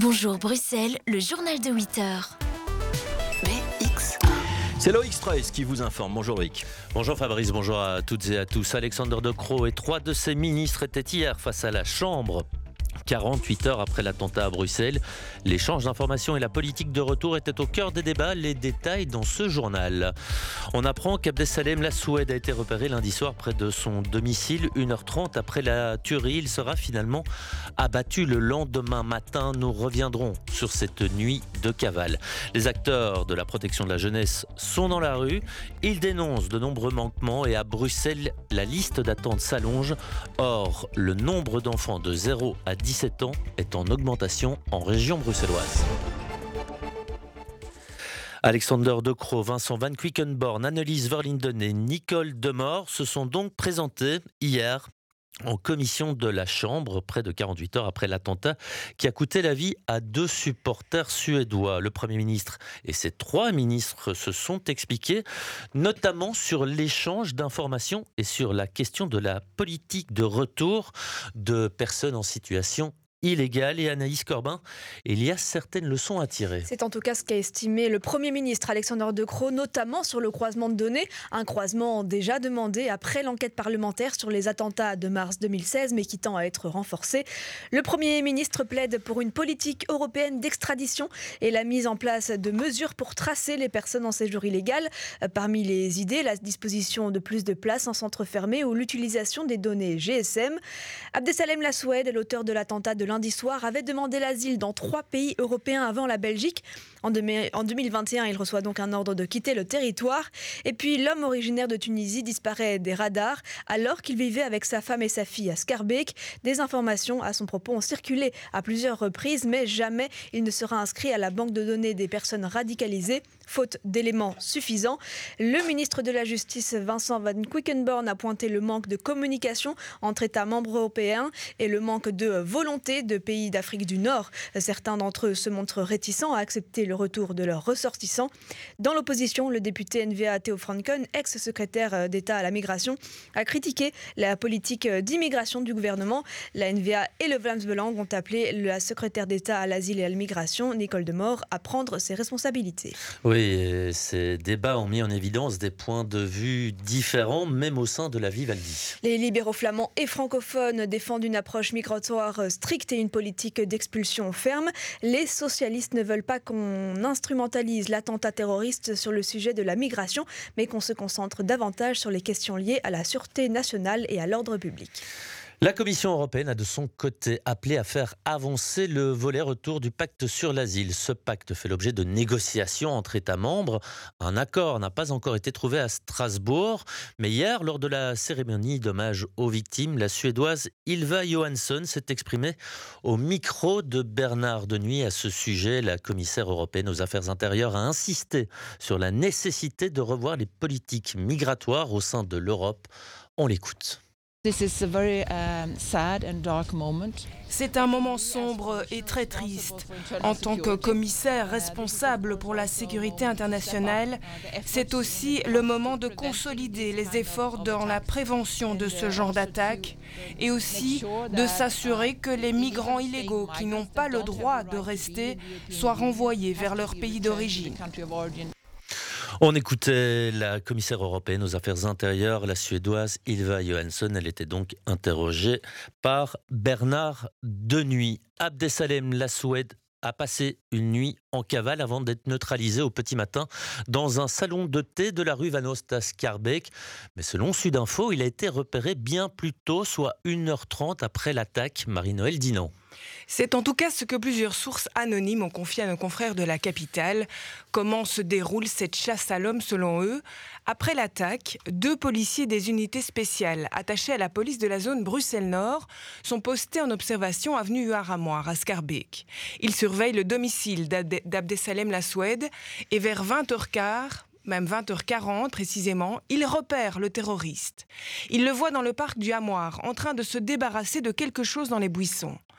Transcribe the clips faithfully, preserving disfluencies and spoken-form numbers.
Bonjour Bruxelles, le journal de huit heures. B X un. C'est Loïc Strauss qui vous informe. Bonjour Loïc. Bonjour Fabrice, bonjour à toutes et à tous. Alexander De Croo et trois de ses ministres étaient hier face à la Chambre. quarante-huit heures après l'attentat à Bruxelles, l'échange d'informations et la politique de retour étaient au cœur des débats. Les détails dans ce journal. On apprend qu'Abdessalem Lasoued a été repéré lundi soir près de son domicile. une heure trente après la tuerie, il sera finalement abattu le lendemain matin. Nous reviendrons sur cette nuit de cavale. Les acteurs de la protection de la jeunesse sont dans la rue. Ils dénoncent de nombreux manquements et à Bruxelles, la liste d'attente s'allonge. Or, le nombre d'enfants de zéro à dix-sept ans est en augmentation en région bruxelloise. Alexander De Croo, Vincent Van Quickenborne, Annelies Verlinden et Nicole Demore se sont donc présentés hier en commission de la Chambre, près de quarante-huit heures après l'attentat qui a coûté la vie à deux supporters suédois. Le Premier ministre et ses trois ministres se sont expliqués, notamment sur l'échange d'informations et sur la question de la politique de retour de personnes en situation illégale. Et Anaïs Corbin, il y a certaines leçons à tirer. C'est en tout cas ce qu'a estimé le Premier ministre Alexander De Croo, notamment sur le croisement de données, un croisement déjà demandé après l'enquête parlementaire sur les attentats de mars deux mille seize, mais qui tend à être renforcé. Le Premier ministre plaide pour une politique européenne d'extradition et la mise en place de mesures pour tracer les personnes en séjour illégal. Parmi les idées, la disposition de plus de places en centre fermé ou l'utilisation des données G S M. Abdessalem Lasoued, l'auteur de l'attentat de lundi soir, avait demandé l'asile dans trois pays européens avant la Belgique. En deux mille vingt et un, il reçoit donc un ordre de quitter le territoire. Et puis l'homme originaire de Tunisie disparaît des radars alors qu'il vivait avec sa femme et sa fille à Schaerbeek. Des informations à son propos ont circulé à plusieurs reprises, mais jamais il ne sera inscrit à la banque de données des personnes radicalisées, faute d'éléments suffisants. Le ministre de la Justice, Vincent Van Quickenborne, a pointé le manque de communication entre États membres européens et le manque de volonté de pays d'Afrique du Nord. Certains d'entre eux se montrent réticents à accepter le retour de leurs ressortissants. Dans l'opposition, le député N V A Theo Franken, ex-secrétaire d'État à la migration, a critiqué la politique d'immigration du gouvernement. La N V A et le Vlaams Belang ont appelé la secrétaire d'État à l'asile et à la migration, Nicole Demore, à prendre ses responsabilités. Oui, ces débats ont mis en évidence des points de vue différents, même au sein de la Vivaldi. Les libéraux flamands et francophones défendent une approche migratoire stricte et une politique d'expulsion ferme. Les socialistes ne veulent pas qu'on instrumentalise l'attentat terroriste sur le sujet de la migration, mais qu'on se concentre davantage sur les questions liées à la sûreté nationale et à l'ordre public. La Commission européenne a de son côté appelé à faire avancer le volet retour du pacte sur l'asile. Ce pacte fait l'objet de négociations entre États membres. Un accord n'a pas encore été trouvé à Strasbourg. Mais hier, lors de la cérémonie d'hommage aux victimes, la Suédoise Ylva Johansson s'est exprimée au micro de Bernard Denuy à ce sujet. La commissaire européenne aux affaires intérieures a insisté sur la nécessité de revoir les politiques migratoires au sein de l'Europe. On l'écoute. C'est un moment sombre et très triste. En tant que commissaire responsable pour la sécurité internationale, c'est aussi le moment de consolider les efforts dans la prévention de ce genre d'attaque et aussi de s'assurer que les migrants illégaux qui n'ont pas le droit de rester soient renvoyés vers leur pays d'origine. On écoutait la commissaire européenne aux affaires intérieures, la suédoise Ylva Johansson. Elle était donc interrogée par Bernard Denuy. Abdessalem Lasoued a passé une nuit en cavale avant d'être neutralisé au petit matin dans un salon de thé de la rue Van Oost à Schaerbeek. Mais selon Sudinfo, il a été repéré bien plus tôt, soit une heure trente après l'attaque. Marie-Noëlle Dinan. C'est en tout cas ce que plusieurs sources anonymes ont confié à nos confrères de la capitale. Comment se déroule cette chasse à l'homme selon eux ? Après l'attaque, deux policiers des unités spéciales attachés à la police de la zone Bruxelles-Nord sont postés en observation avenue Huaramoir à Schaerbeek. Ils surveillent le domicile d'Abdessalem Lasoued et vers vingt heures quinze, même vingt heures quarante précisément, il repère le terroriste. Il le voit dans le parc du Hamoir, en train de se débarrasser de quelque chose dans les buissons.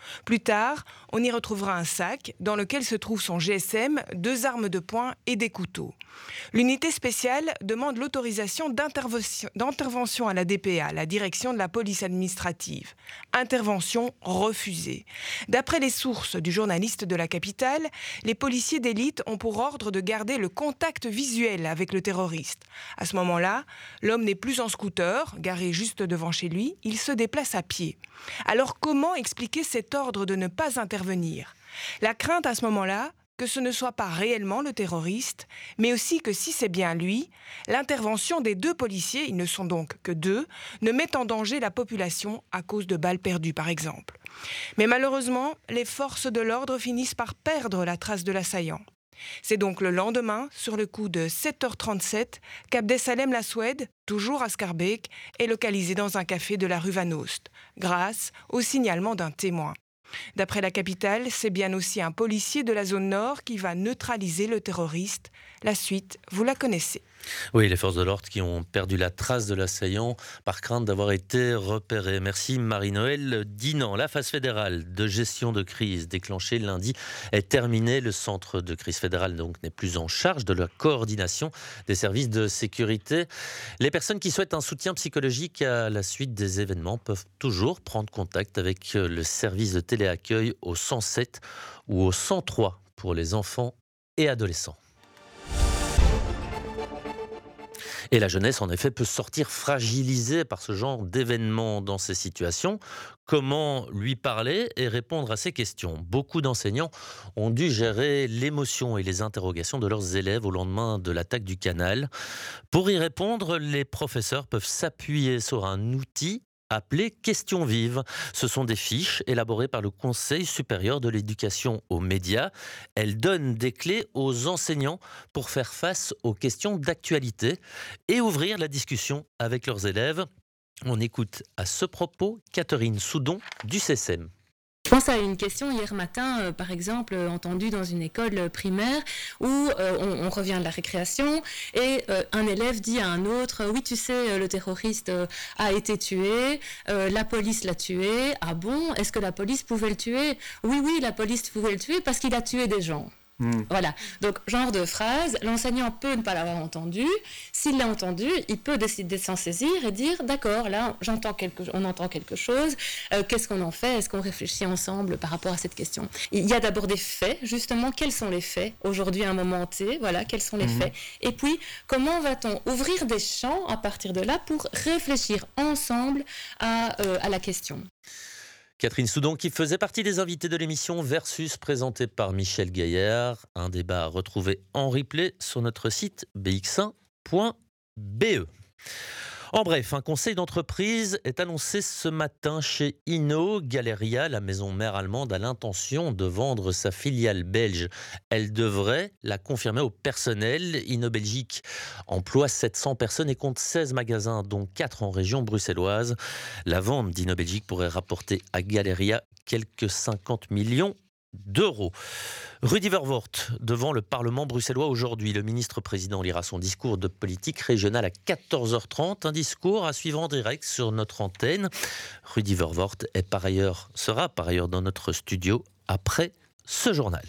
Plus tard, on y retrouvera un sac dans lequel se trouvent son G S M, deux armes de poing et des couteaux. L'unité spéciale demande l'autorisation d'intervention, d'intervention à la D P A, la direction de la police administrative. Intervention refusée. D'après les sources du journaliste de la capitale, les policiers d'élite ont pour ordre de garder le contact visuel avec le terroriste. À ce moment-là, l'homme n'est plus en scooter, garé juste devant chez lui, il se déplace à pied. Alors comment expliquer cet ordre de ne pas intervenir ? La crainte à ce moment-là, que ce ne soit pas réellement le terroriste, mais aussi que si c'est bien lui, l'intervention des deux policiers, ils ne sont donc que deux, ne met en danger la population à cause de balles perdues par exemple. Mais malheureusement, les forces de l'ordre finissent par perdre la trace de l'assaillant. C'est donc le lendemain, sur le coup de sept heures trente-sept, qu'Abdesalem Laswed, toujours à Schaerbeek, est localisé dans un café de la rue Van Oost, grâce au signalement d'un témoin. D'après la capitale, c'est bien aussi un policier de la zone nord qui va neutraliser le terroriste. La suite, vous la connaissez. Oui, les forces de l'ordre qui ont perdu la trace de l'assaillant par crainte d'avoir été repérés. Merci Marie-Noëlle Dinan. La phase fédérale de gestion de crise déclenchée lundi est terminée. Le centre de crise fédéral donc n'est plus en charge de la coordination des services de sécurité. Les personnes qui souhaitent un soutien psychologique à la suite des événements peuvent toujours prendre contact avec le service de téléaccueil au cent sept ou au cent trois pour les enfants et adolescents. Et la jeunesse, en effet, peut sortir fragilisée par ce genre d'événements dans ces situations. Comment lui parler et répondre à ces questions ? Beaucoup d'enseignants ont dû gérer l'émotion et les interrogations de leurs élèves au lendemain de l'attaque du Canal. Pour y répondre, les professeurs peuvent s'appuyer sur un outil appelées Questions vives. Ce sont des fiches élaborées par le Conseil supérieur de l'éducation aux médias. Elles donnent des clés aux enseignants pour faire face aux questions d'actualité et ouvrir la discussion avec leurs élèves. On écoute à ce propos Catherine Soudon du C S M. Je pense à une question hier matin, euh, par exemple, euh, entendue dans une école primaire où euh, on, on revient de la récréation et euh, un élève dit à un autre euh, « Oui, tu sais, euh, le terroriste euh, a été tué, euh, la police l'a tué. Ah bon, est-ce que la police pouvait le tuer ? Oui, oui, la police pouvait le tuer parce qu'il a tué des gens. » Mmh. Voilà, donc genre de phrase, l'enseignant peut ne pas l'avoir entendu. S'il l'a entendu, il peut décider de s'en saisir et dire d'accord, là j'entends quelque, on entend quelque chose, euh, qu'est-ce qu'on en fait ? Est-ce qu'on réfléchit ensemble par rapport à cette question ? Il y a d'abord des faits, justement, quels sont les faits aujourd'hui à un moment T, voilà, quels sont les mmh. faits, et puis comment va-t-on ouvrir des champs à partir de là pour réfléchir ensemble à, euh, à la question. Catherine Soudon qui faisait partie des invités de l'émission Versus présentée par Michel Gaillard. Un débat à retrouver en replay sur notre site b x un point b e. En bref, un conseil d'entreprise est annoncé ce matin chez Inno. Galeria, la maison mère allemande, a l'intention de vendre sa filiale belge. Elle devrait la confirmer au personnel. Inno Belgique emploie sept cents personnes et compte seize magasins, dont quatre en région bruxelloise. La vente d'Inno Belgique pourrait rapporter à Galeria quelques cinquante millions d'euros. Rudy Verwoerd, devant le Parlement bruxellois aujourd'hui. Le ministre-président lira son discours de politique régionale à quatorze heures trente. Un discours à suivre en direct sur notre antenne. Rudy Verwoerd est par ailleurs, sera par ailleurs dans notre studio après ce journal.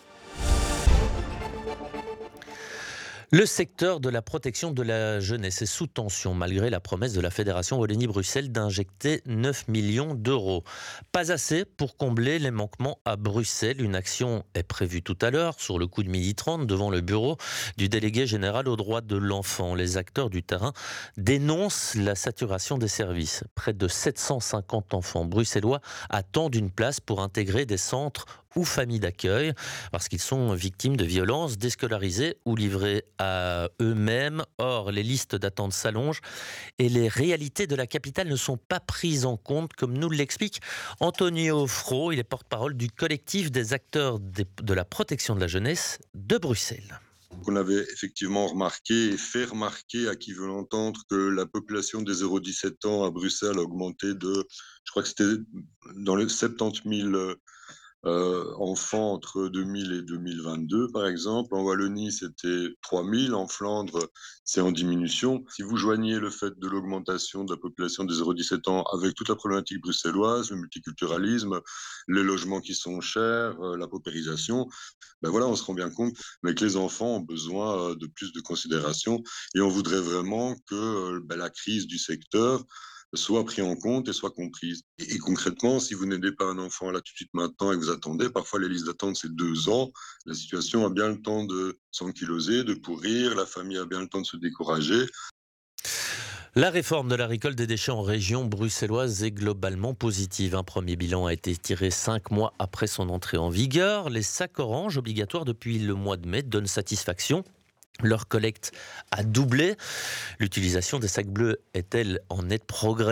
Le secteur de la protection de la jeunesse est sous tension malgré la promesse de la Fédération Wallonie-Bruxelles d'injecter neuf millions d'euros. Pas assez pour combler les manquements à Bruxelles. Une action est prévue tout à l'heure sur le coup de midi trente devant le bureau du délégué général aux droits de l'enfant. Les acteurs du terrain dénoncent la saturation des services. Près de sept cent cinquante enfants bruxellois attendent une place pour intégrer des centres ou familles d'accueil parce qu'ils sont victimes de violences, déscolarisés ou livrés à eux-mêmes. Or, les listes d'attente s'allongent et les réalités de la capitale ne sont pas prises en compte, comme nous l'explique Antonio Fro. Il est porte-parole du collectif des acteurs de la protection de la jeunesse de Bruxelles. On avait effectivement remarqué et fait remarquer à qui veut l'entendre que la population des zéro dix-sept ans à Bruxelles a augmenté de, je crois que c'était dans les soixante-dix mille euh, enfants entre deux mille et deux mille vingt-deux, par exemple. En Wallonie, c'était trois mille. En Flandre, c'est en diminution. Si vous joignez le fait de l'augmentation de la population des zéro dix-sept ans avec toute la problématique bruxelloise, le multiculturalisme, les logements qui sont chers, euh, la paupérisation, ben voilà, on se rend bien compte mais que les enfants ont besoin euh, de plus de considération et on voudrait vraiment que euh, ben, la crise du secteur soit prise en compte et soit comprise. Et, et concrètement, si vous n'aidez pas un enfant là tout de suite maintenant et que vous attendez, parfois les listes d'attente c'est deux ans, la situation a bien le temps de s'ankyloser, de pourrir, la famille a bien le temps de se décourager. La réforme de la récolte des déchets en région bruxelloise est globalement positive. Un premier bilan a été tiré cinq mois après son entrée en vigueur. Les sacs oranges obligatoires depuis le mois de mai donnent satisfaction. Leur collecte a doublé. L'utilisation des sacs bleus est-elle en nette progression ?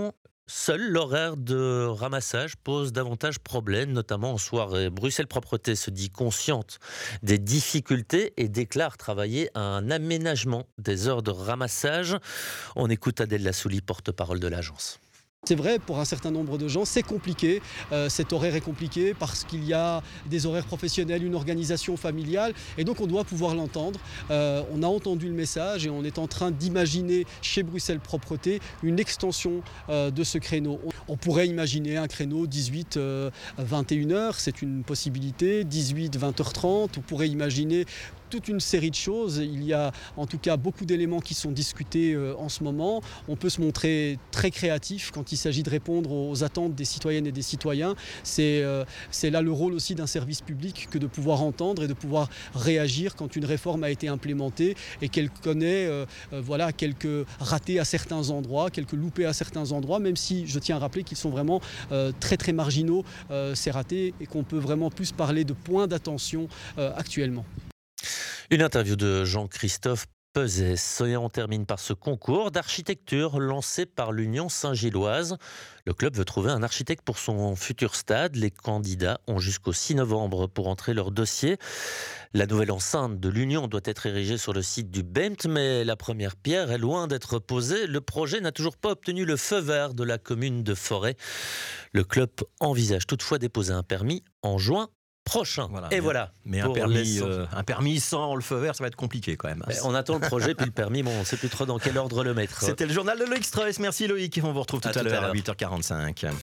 Seul l'horaire de ramassage pose davantage problème, notamment en soirée. Bruxelles Propreté se dit consciente des difficultés et déclare travailler à un aménagement des heures de ramassage. On écoute Adèle Lassouli, porte-parole de l'agence. C'est vrai, pour un certain nombre de gens, c'est compliqué. Euh, cet horaire est compliqué parce qu'il y a des horaires professionnels, une organisation familiale. Et donc, on doit pouvoir l'entendre. Euh, on a entendu le message et on est en train d'imaginer chez Bruxelles Propreté une extension euh, de ce créneau. On pourrait imaginer un créneau dix-huit à vingt et une heures, c'est une possibilité. dix-huit à vingt heures trente, on pourrait imaginer toute une série de choses. Il y a en tout cas beaucoup d'éléments qui sont discutés euh, en ce moment. On peut se montrer très créatif quand il s'agit de répondre aux attentes des citoyennes et des citoyens. C'est, euh, c'est là le rôle aussi d'un service public que de pouvoir entendre et de pouvoir réagir quand une réforme a été implémentée et qu'elle connaît euh, euh, voilà, quelques ratés à certains endroits, quelques loupés à certains endroits, même si je tiens à rappeler qu'ils sont vraiment euh, très très marginaux, euh, ces ratés, et qu'on peut vraiment plus parler de points d'attention euh, actuellement. Une interview de Jean-Christophe Peuzès. Et on termine par ce concours d'architecture lancé par l'Union Saint-Gilloise. Le club veut trouver un architecte pour son futur stade. Les candidats ont jusqu'au six novembre pour entrer leur dossier. La nouvelle enceinte de l'Union doit être érigée sur le site du B E M T, mais la première pierre est loin d'être posée. Le projet n'a toujours pas obtenu le feu vert de la commune de Forêt. Le club envisage toutefois déposer un permis en juin prochain. Voilà, et mais, voilà. Mais un permis, euh, un permis sans le feu vert, ça va être compliqué quand même. Mais on attend le projet, puis le permis, bon, on ne sait plus trop dans quel ordre le mettre. C'était le journal de Loïc Strauss. Merci Loïc. On vous retrouve tout à, à, tout à l'heure à huit heures quarante-cinq.